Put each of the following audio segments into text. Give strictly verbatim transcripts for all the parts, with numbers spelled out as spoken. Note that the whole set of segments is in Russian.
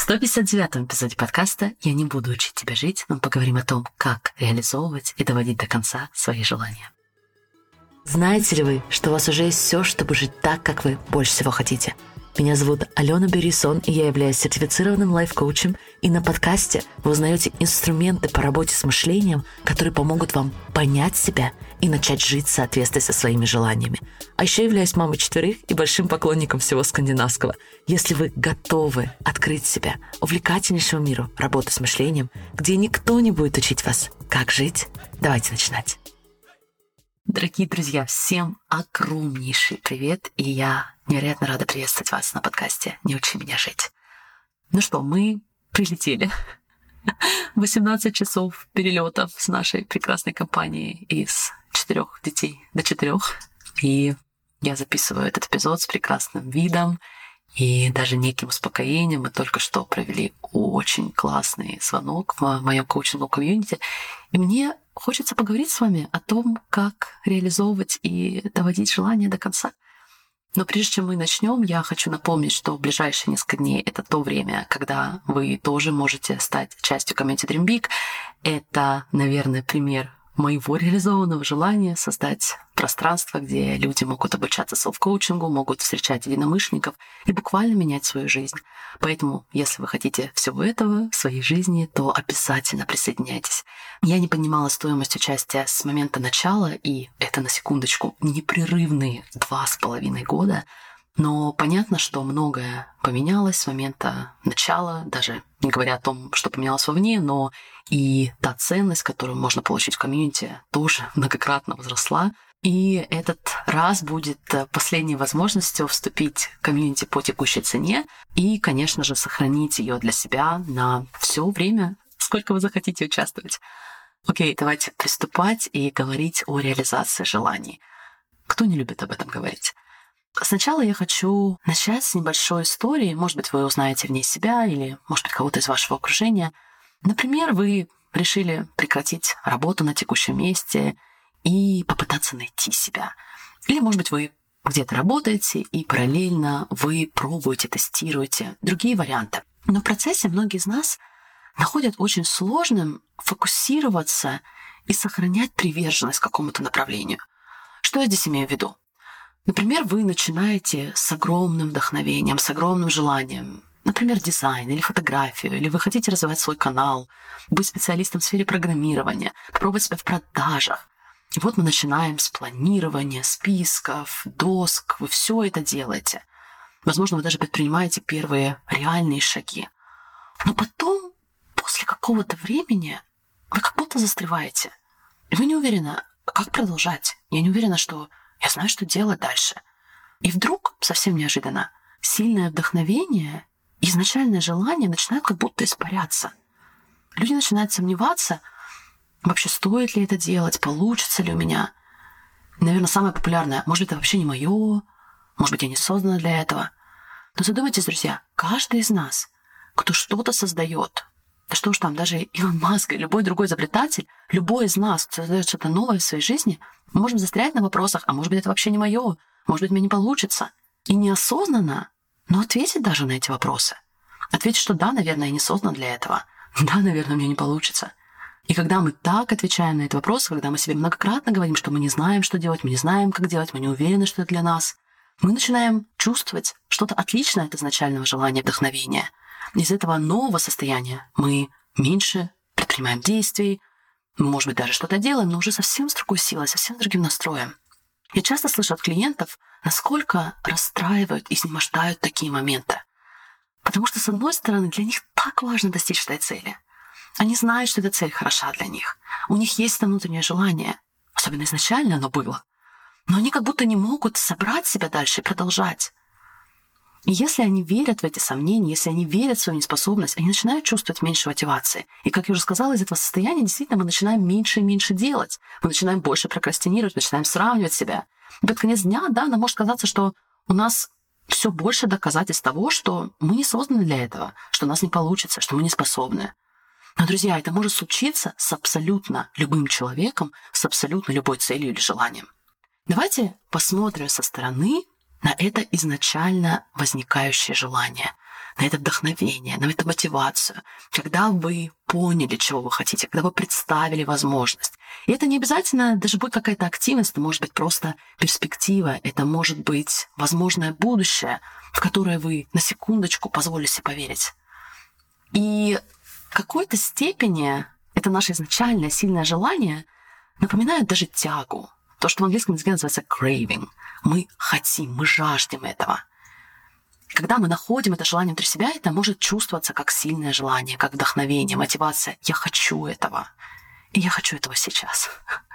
сто пятьдесят девятом эпизоде подкаста «Я не буду учить тебя жить», но поговорим о том, как реализовывать и доводить до конца свои желания. Знаете ли вы, что у вас уже есть все, чтобы жить так, как вы больше всего хотите? Меня зовут Алена Берисон, и я являюсь сертифицированным лайф-коучем, и на подкасте вы узнаете инструменты по работе с мышлением, которые помогут вам понять себя и начать жить в соответствии со своими желаниями. А еще являюсь мамой четверых и большим поклонником всего скандинавского. Если вы готовы открыть себя увлекательнейшему миру работы с мышлением, где никто не будет учить вас, как жить, давайте начинать. Дорогие друзья, всем огромнейший привет, и я невероятно рада приветствовать вас на подкасте «Не учи меня жить». Ну что, мы прилетели. восемнадцать часов перелетов с нашей прекрасной компанией из четырех детей до четырех. И я записываю этот эпизод с прекрасным видом и даже неким успокоением. Мы только что провели очень классный звонок в моем коучинговом комьюнити. И мне хочется поговорить с вами о том, как реализовывать и доводить желания до конца. Но прежде чем мы начнем, я хочу напомнить, что в ближайшие несколько дней это то время, когда вы тоже можете стать частью комьюнити Dream Big. Это, наверное, пример моего реализованного желания создать пространство, где люди могут обучаться селф-коучингу, могут встречать единомышленников и буквально менять свою жизнь. Поэтому, если вы хотите всего этого в своей жизни, то обязательно присоединяйтесь. Я не понимала стоимость участия с момента начала, и это, на секундочку, непрерывные два с половиной года. Но понятно, что многое поменялось с момента начала, даже не говоря о том, что поменялось вовне, но и та ценность, которую можно получить в комьюнити, тоже многократно возросла. И этот раз будет последней возможностью вступить в комьюнити по текущей цене и, конечно же, сохранить ее для себя на все время, сколько вы захотите участвовать. Окей, давайте приступать и говорить о реализации желаний. Кто не любит об этом говорить? Сначала я хочу начать с небольшой истории. Может быть, вы узнаете в ней себя или, может быть, кого-то из вашего окружения. Например, вы решили прекратить работу на текущем месте и попытаться найти себя. Или, может быть, вы где-то работаете и параллельно вы пробуете, тестируете другие варианты. Но в процессе многие из нас находят очень сложным фокусироваться и сохранять приверженность к какому-то направлению. Что я здесь имею в виду? Например, вы начинаете с огромным вдохновением, с огромным желанием, например, дизайн или фотографию, или вы хотите развивать свой канал, быть специалистом в сфере программирования, пробовать себя в продажах. И вот мы начинаем с планирования, списков, доск, вы все это делаете. Возможно, вы даже предпринимаете первые реальные шаги. Но потом, после какого-то времени, вы как будто застреваете. И вы не уверены, как продолжать. Я не уверена, что я знаю, что делать дальше. И вдруг, совсем неожиданно, сильное вдохновение и изначальное желание начинают как будто испаряться. Люди начинают сомневаться, вообще стоит ли это делать, получится ли у меня. Наверное, самое популярное, может быть, это вообще не мое, может быть, я не создана для этого. Но задумайтесь, друзья, каждый из нас, кто что-то создает, да что уж там, даже Илон Маск и любой другой изобретатель, любой из нас, кто создает что-то новое в своей жизни, мы можем застрять на вопросах, а может быть, это вообще не мое, может быть, мне не получится. И неосознанно, но ответить даже на эти вопросы. Ответить, что да, наверное, я не создан для этого. Да, наверное, мне не получится. И когда мы так отвечаем на эти вопросы, когда мы себе многократно говорим, что мы не знаем, что делать, мы не знаем, как делать, мы не уверены, что это для нас, мы начинаем чувствовать что-то отличное от изначального желания, вдохновения. Из этого нового состояния мы меньше предпринимаем действий, мы, может быть, даже что-то делаем, но уже совсем с другой силой, совсем с другим настроем. Я часто слышу от клиентов, насколько расстраивают и изнемождают такие моменты. Потому что, с одной стороны, для них так важно достичь этой цели. Они знают, что эта цель хороша для них. У них есть это внутреннее желание. Особенно изначально оно было. Но они как будто не могут собрать себя дальше и продолжать. И если они верят в эти сомнения, если они верят в свою неспособность, они начинают чувствовать меньше мотивации. И, как я уже сказала, из этого состояния действительно мы начинаем меньше и меньше делать. Мы начинаем больше прокрастинировать, начинаем сравнивать себя. И под конец дня, да, нам может казаться, что у нас все больше доказательств того, что мы не созданы для этого, что у нас не получится, что мы не способны. Но, друзья, это может случиться с абсолютно любым человеком, с абсолютно любой целью или желанием. Давайте посмотрим со стороны на это изначально возникающее желание. на это вдохновение, на эту мотивацию, когда вы поняли, чего вы хотите, когда вы представили возможность. И это не обязательно даже будет какая-то активность, это может быть просто перспектива, это может быть возможное будущее, в которое вы на секундочку позволили себе поверить. И в какой-то степени это наше изначальное сильное желание напоминает даже тягу. То, что в английском языке называется craving. Мы хотим, мы жаждем этого. Когда мы находим это желание внутри себя, это может чувствоваться как сильное желание, как вдохновение, мотивация. Я хочу этого. И я хочу этого сейчас.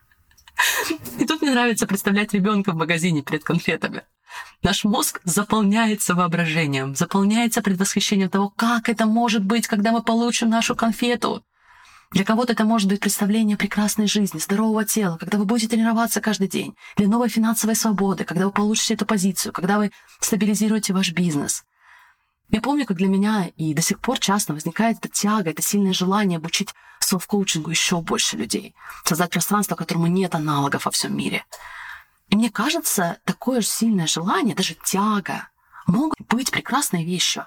И тут мне нравится представлять ребенка в магазине перед конфетами. Наш мозг заполняется воображением, заполняется предвосхищением того, как это может быть, когда мы получим нашу конфету. Для кого-то это может быть представление прекрасной жизни, здорового тела, когда вы будете тренироваться каждый день, для новой финансовой свободы, когда вы получите эту позицию, когда вы стабилизируете ваш бизнес. Я помню, как для меня и до сих пор часто возникает эта тяга, это сильное желание обучить селф-коучингу еще больше людей, создать пространство, которому нет аналогов во всем мире. И мне кажется, такое же сильное желание, даже тяга, могут быть прекрасной вещью.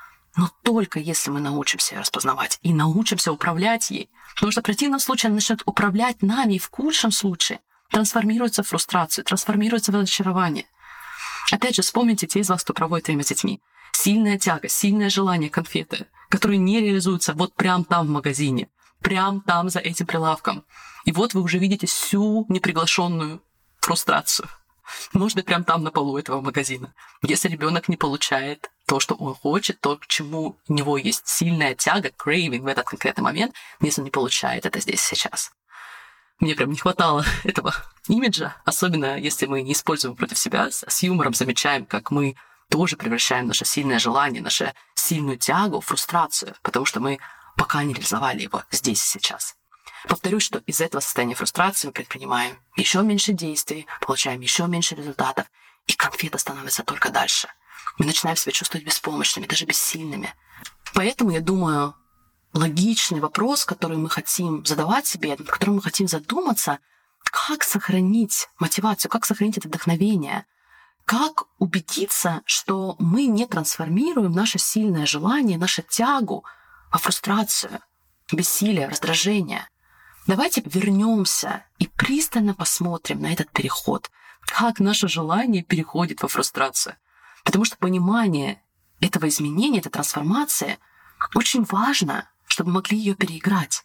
Но только если мы научимся ее распознавать и научимся управлять ей. Потому что в противном случае она начнет управлять нами, и в худшем случае трансформируется в фрустрацию, трансформируется в разочарование. Опять же, вспомните те из вас, кто проводит время с детьми. Сильная тяга, сильное желание конфеты, которые не реализуются вот прям там в магазине, прям там за этим прилавком. И вот вы уже видите всю неприглашенную фрустрацию. Может быть, прям там на полу этого магазина. Если ребенок не получает то, что он хочет, то, к чему у него есть сильная тяга, craving в этот конкретный момент, если он не получает это здесь сейчас. Мне прям не хватало этого имиджа, особенно если мы не используем против себя, с юмором замечаем, как мы тоже превращаем наше сильное желание, нашу сильную тягу в фрустрацию, потому что мы пока не реализовали его здесь и сейчас. Повторюсь, что из этого состояния фрустрации мы предпринимаем еще меньше действий, получаем еще меньше результатов, и конфета становится только дальше. Мы начинаем себя чувствовать беспомощными, даже бессильными. Поэтому, я думаю, логичный вопрос, который мы хотим задавать себе, над которым мы хотим задуматься, как сохранить мотивацию, как сохранить это вдохновение, как убедиться, что мы не трансформируем наше сильное желание, нашу тягу во фрустрацию, бессилие, раздражение. Давайте вернемся и пристально посмотрим на этот переход, как наше желание переходит во фрустрацию. Потому что понимание этого изменения, этой трансформации очень важно, чтобы мы могли ее переиграть.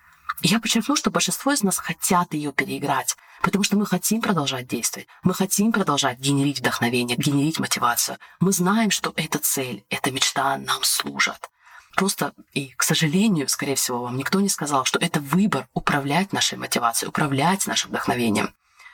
И я подчеркну, что большинство из нас хотят ее переиграть, потому что мы хотим продолжать действовать, мы хотим продолжать генерить вдохновение, генерить мотивацию. Мы знаем, что эта цель, эта мечта нам служат. Просто, и, к сожалению, скорее всего, вам никто не сказал, что это выбор управлять нашей мотивацией, управлять нашим вдохновением.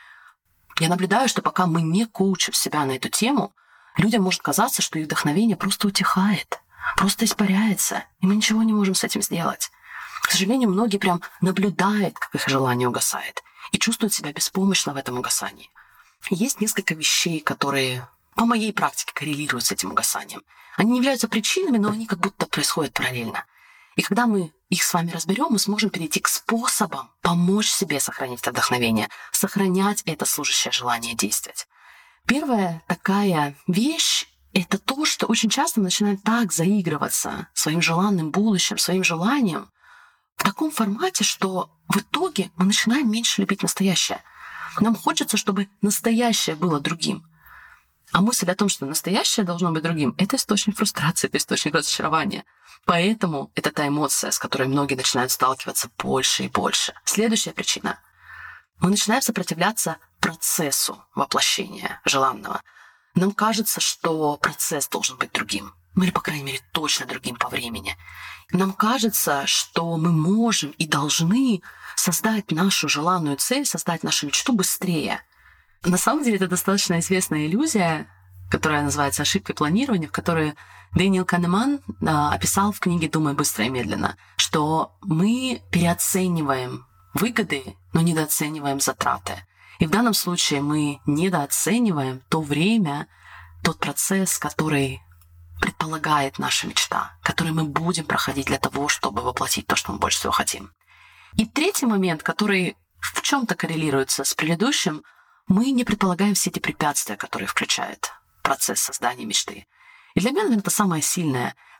Я наблюдаю, что пока мы не коучим себя на эту тему, людям может казаться, что их вдохновение просто утихает, просто испаряется, и мы ничего не можем с этим сделать. К сожалению, многие прям наблюдают, как их желание угасает, и чувствуют себя беспомощно в этом угасании. Есть несколько вещей, которые по моей практике коррелируют с этим угасанием. Они не являются причинами, но они как будто происходят параллельно. И когда мы их с вами разберем, мы сможем перейти к способам помочь себе сохранить это вдохновение, сохранять это служащее желание действовать. Первая такая вещь — это то, что очень часто мы начинаем так заигрываться своим желанным будущим, своим желанием в таком формате, что в итоге мы начинаем меньше любить настоящее. Нам хочется, чтобы настоящее было другим. А мысль о том, что настоящее должно быть другим, это источник фрустрации, это источник разочарования. Поэтому это та эмоция, с которой многие начинают сталкиваться больше и больше. Следующая причина. Мы начинаем сопротивляться процессу воплощения желанного. Нам кажется, что процесс должен быть другим. Ну или, по крайней мере, точно другим по времени. Нам кажется, что мы можем и должны создать нашу желанную цель, создать нашу мечту быстрее. На самом деле это достаточно известная иллюзия, которая называется ошибкой планирования, в которой Дэниел Канеман а, описал в книге «Думай быстро и медленно», что мы переоцениваем выгоды, но недооцениваем затраты. И в данном случае мы недооцениваем то время, тот процесс, который предполагает наша мечта, который мы будем проходить для того, чтобы воплотить то, что мы больше всего хотим. И третий момент, который в чем-то коррелируется с предыдущим, мы не предполагаем все эти препятствия, которые включает процесс создания мечты. И для меня, наверное, это самое сильное.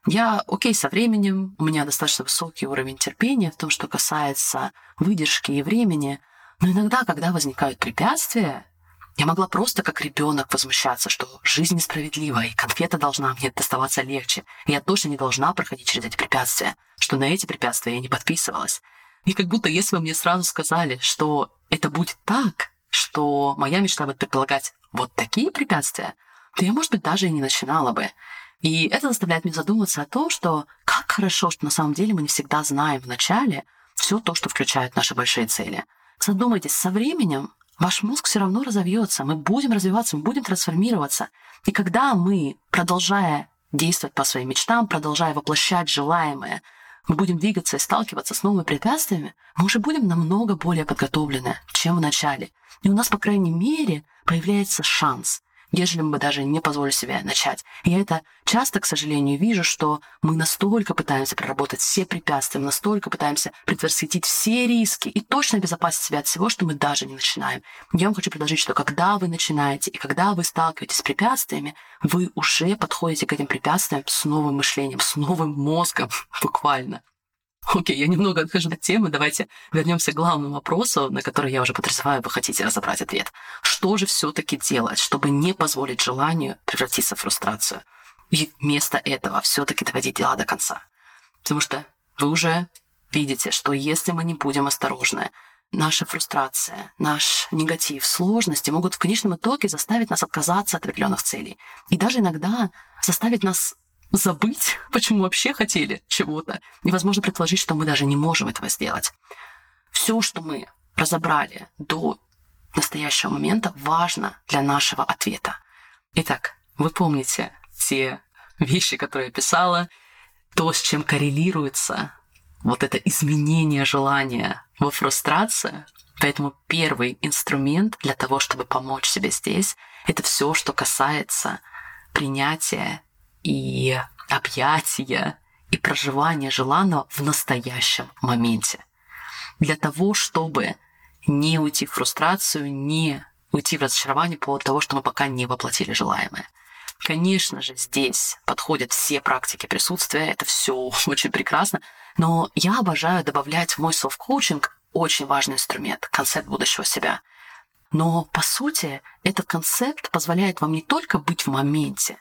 Я окей со временем, у меня достаточно высокий уровень терпения в том, что касается выдержки и времени, но иногда, когда возникают препятствия, я могла просто как ребенок возмущаться, что жизнь несправедлива, и конфета должна мне доставаться легче, и я точно не должна проходить через эти препятствия, что на эти препятствия я не подписывалась. И как будто если бы мне сразу сказали, что это будет так, что моя мечта будет предполагать вот такие препятствия, то я, может быть, даже и не начинала бы. И это заставляет меня задуматься о том, что как хорошо, что на самом деле мы не всегда знаем вначале все то, что включает наши большие цели. Задумайтесь, со временем ваш мозг все равно разовьется, мы будем развиваться, мы будем трансформироваться. И когда мы, продолжая действовать по своим мечтам, продолжая воплощать желаемое, мы будем двигаться и сталкиваться с новыми препятствиями, мы уже будем намного более подготовлены, чем в начале. И у нас, по крайней мере, появляется шанс, ежели мы даже не позволили себе начать. И я это часто, к сожалению, вижу, что мы настолько пытаемся проработать все препятствия, мы настолько пытаемся предотвратить все риски и точно обезопасить себя от всего, что мы даже не начинаем. Я вам хочу предложить, что когда вы начинаете и когда вы сталкиваетесь с препятствиями, вы уже подходите к этим препятствиям с новым мышлением, с новым мозгом, буквально. Окей, я немного отхожу от темы, давайте вернемся к главному вопросу, на который я уже подозреваю, вы хотите разобрать ответ. Что же все-таки делать, чтобы не позволить желанию превратиться в фрустрацию? И вместо этого все-таки доводить дела до конца. Потому что вы уже видите, что если мы не будем осторожны, наша фрустрация, наш негатив, сложности могут в конечном итоге заставить нас отказаться от определенных целей. И даже иногда заставить нас забыть, почему вообще хотели чего-то. Невозможно предположить, что мы даже не можем этого сделать. Все, что мы разобрали до настоящего момента, важно для нашего ответа. Итак, вы помните те вещи, которые я писала, то, с чем коррелируется вот это изменение желания во фрустрацию. Поэтому первый инструмент для того, чтобы помочь себе здесь, это все, что касается принятия и объятия, и проживания желанного в настоящем моменте. Для того, чтобы не уйти в фрустрацию, не уйти в разочарование по поводу того, что мы пока не воплотили желаемое. Конечно же, здесь подходят все практики присутствия, это все очень прекрасно, но я обожаю добавлять в мой селф-коучинг очень важный инструмент — концепт будущего себя. Но, по сути, этот концепт позволяет вам не только быть в моменте,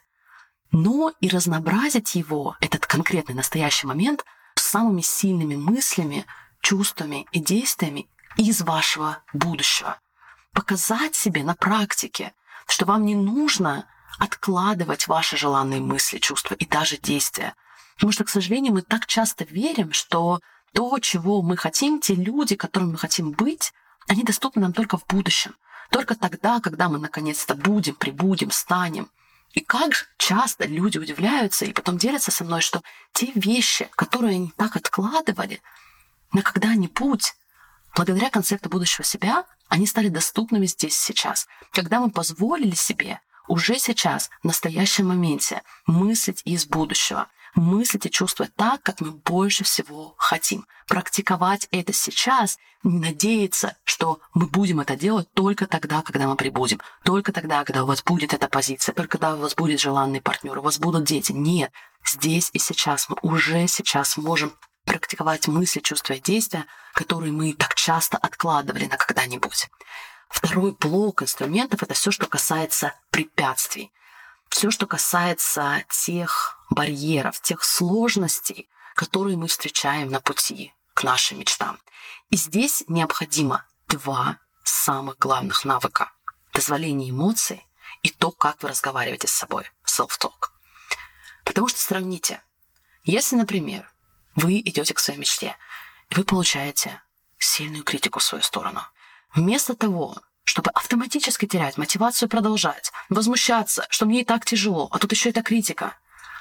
но и разнообразить его, этот конкретный настоящий момент, с самыми сильными мыслями, чувствами и действиями из вашего будущего. Показать себе на практике, что вам не нужно откладывать ваши желанные мысли, чувства и даже действия. Потому что, к сожалению, мы так часто верим, что то, чего мы хотим, те люди, которыми мы хотим быть, они доступны нам только в будущем. Только тогда, когда мы наконец-то будем, прибудем, станем. И как же часто люди удивляются и потом делятся со мной, что те вещи, которые они так откладывали на когда-нибудь, благодаря концепту будущего себя, они стали доступными здесь и сейчас. Когда мы позволили себе уже сейчас, в настоящем моменте, мыслить из будущего, мыслить и чувствовать так, как мы больше всего хотим. Практиковать это сейчас, не надеяться, что мы будем это делать только тогда, когда мы прибудем, только тогда, когда у вас будет эта позиция, только когда у вас будет желанный партнер, у вас будут дети. Нет, здесь и сейчас мы уже сейчас можем практиковать мысли, чувства и действия, которые мы так часто откладывали на когда-нибудь. Второй блок инструментов — это все, что касается препятствий. Все, что касается тех барьеров, тех сложностей, которые мы встречаем на пути к нашим мечтам. И здесь необходимо два самых главных навыка — дозволение эмоций и то, как вы разговариваете с собой, self-talk. Потому что сравните, если, например, вы идете к своей мечте, и вы получаете сильную критику в свою сторону, вместо того, чтобы автоматически терять мотивацию продолжать, возмущаться, что мне и так тяжело, а тут еще эта критика,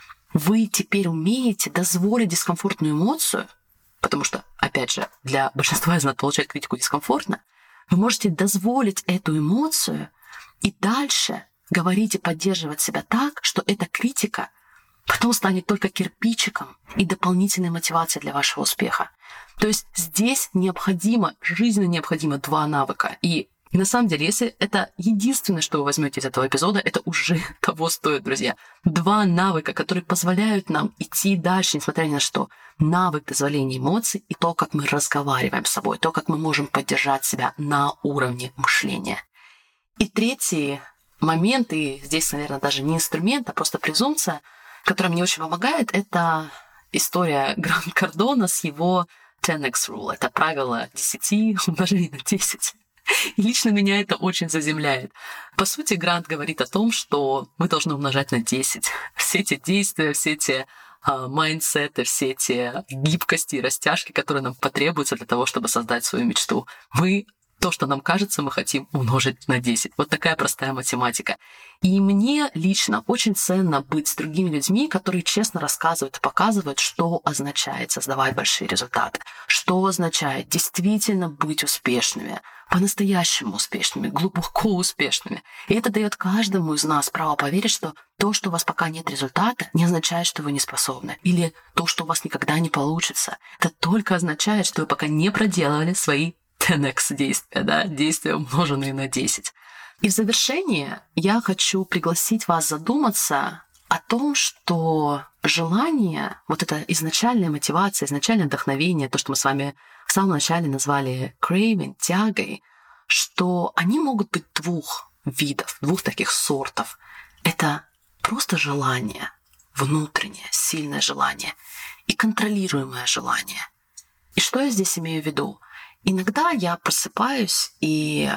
вы теперь умеете дозволить дискомфортную эмоцию, потому что, опять же, для большинства из нас получать критику дискомфортно, вы можете дозволить эту эмоцию и дальше говорить и поддерживать себя так, что эта критика потом станет только кирпичиком и дополнительной мотивацией для вашего успеха. То есть здесь необходимо, жизненно необходимо два навыка. И И на самом деле, если это единственное, что вы возьмете из этого эпизода, это уже того стоит, друзья. Два навыка, которые позволяют нам идти дальше, несмотря ни на что. Навык дозволения эмоций и то, как мы разговариваем с собой, то, как мы можем поддержать себя на уровне мышления. И третий момент, и здесь, наверное, даже не инструмент, а просто презумпция, которая мне очень помогает, это история Грант Кардона с его ten x rule. Это правило десяти умножений на десять. И лично меня это очень заземляет. По сути, Грант говорит о том, что мы должны умножать на десять. Все эти действия, все эти майндсеты, все эти гибкости и растяжки, которые нам потребуются для того, чтобы создать свою мечту. Мы то, что нам кажется, мы хотим умножить на десять. Вот такая простая математика. И мне лично очень ценно быть с другими людьми, которые честно рассказывают и показывают, что означает создавать большие результаты, что означает действительно быть успешными, по-настоящему успешными, глубоко успешными. И это дает каждому из нас право поверить, что то, что у вас пока нет результата, не означает, что вы не способны. Или то, что у вас никогда не получится. Это только означает, что вы пока не проделывали свои ten x действия, да, действия, умноженные на десять. И в завершение я хочу пригласить вас задуматься о том, что желание, вот эта изначальная мотивация, изначальное вдохновение, то, что мы с вами в самом начале назвали craving, тягой, что они могут быть двух видов, двух таких сортов. Это просто желание, внутреннее, сильное желание и контролируемое желание. И что я здесь имею в виду? Иногда я просыпаюсь, и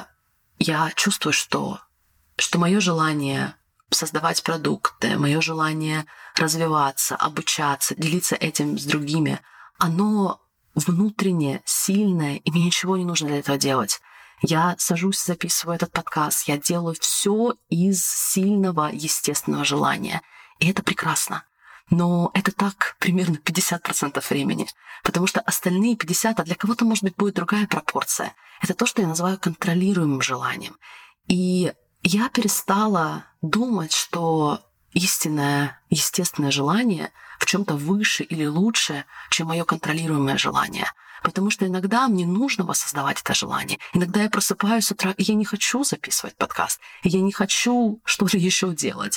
я чувствую, что, что мое желание создавать продукты, мое желание развиваться, обучаться, делиться этим с другими, оно внутренне сильное, и мне ничего не нужно для этого делать. Я сажусь, записываю этот подкаст, я делаю все из сильного, естественного желания. И это прекрасно. Но это так примерно пятьдесят процентов времени, потому что остальные пятьдесят процентов, а для кого-то, может быть, будет другая пропорция. Это то, что я называю контролируемым желанием. И я перестала думать, что истинное, естественное желание в чем-то выше или лучше, чем мое контролируемое желание. Потому что иногда мне нужно воссоздавать это желание. Иногда я просыпаюсь с утра, и я не хочу записывать подкаст, и я не хочу что-то еще делать.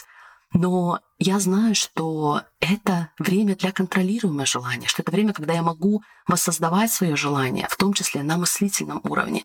Но я знаю, что это время для контролируемого желания, что это время, когда я могу воссоздавать свое желание, в том числе на мыслительном уровне.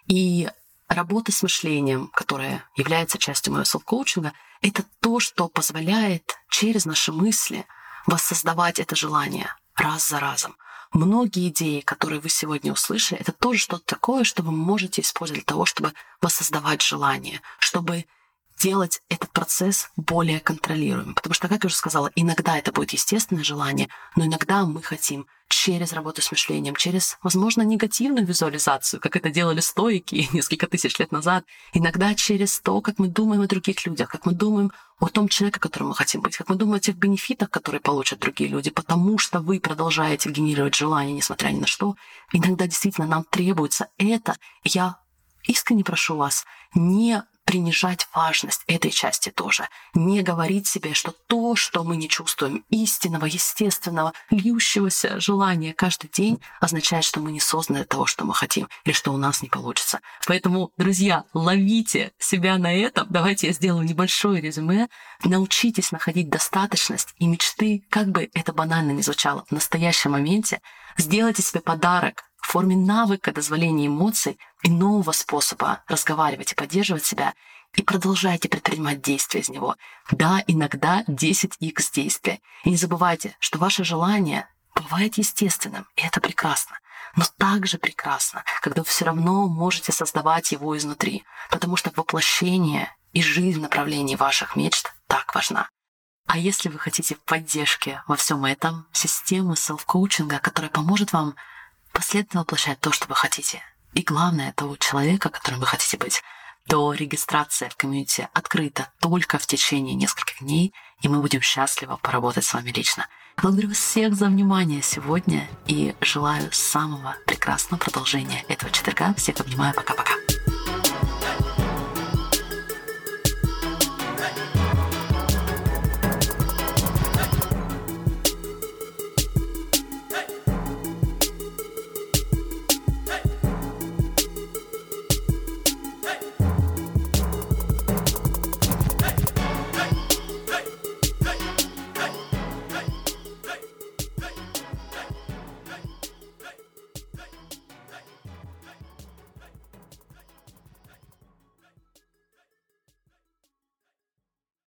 И работа с мышлением, которая является частью моего селф-коучинга, это то, что позволяет через наши мысли воссоздавать это желание раз за разом. Многие идеи, которые вы сегодня услышали, это тоже что-то такое, что вы можете использовать для того, чтобы воссоздавать желание, чтобы делать этот процесс более контролируемым. Потому что, как я уже сказала, иногда это будет естественное желание, но иногда мы хотим через работу с мышлением, через, возможно, негативную визуализацию, как это делали стоики несколько тысяч лет назад, иногда через то, как мы думаем о других людях, как мы думаем о том человеке, которым мы хотим быть, как мы думаем о тех бенефитах, которые получат другие люди, потому что вы продолжаете генерировать желание, несмотря ни на что. Иногда действительно нам требуется это. Я искренне прошу вас не принижать важность этой части тоже. Не говорить себе, что то, что мы не чувствуем истинного, естественного, льющегося желания каждый день, означает, что мы не созданы для того, что мы хотим, или что у нас не получится. Поэтому, друзья, ловите себя на этом. Давайте я сделаю небольшое резюме. Научитесь находить достаточность и мечты, как бы это банально ни звучало, в настоящем моменте. Сделайте себе подарок в форме навыка дозволения эмоций и нового способа разговаривать и поддерживать себя, и продолжайте предпринимать действия из него. Да, иногда десять икс действия. И не забывайте, что ваше желание бывает естественным, и это прекрасно. Но также прекрасно, когда вы все равно можете создавать его изнутри, потому что воплощение и жизнь в направлении ваших мечт так важна. А если вы хотите поддержки во всем этом, системы селф-коучинга, которая поможет вам последовательно воплощать то, что вы хотите, и главное, того человека, которым вы хотите быть, то регистрация в комьюнити открыта только в течение нескольких дней, и мы будем счастливы поработать с вами лично. Благодарю вас всех за внимание сегодня и желаю самого прекрасного продолжения этого четверга. Всех обнимаю. Пока-пока.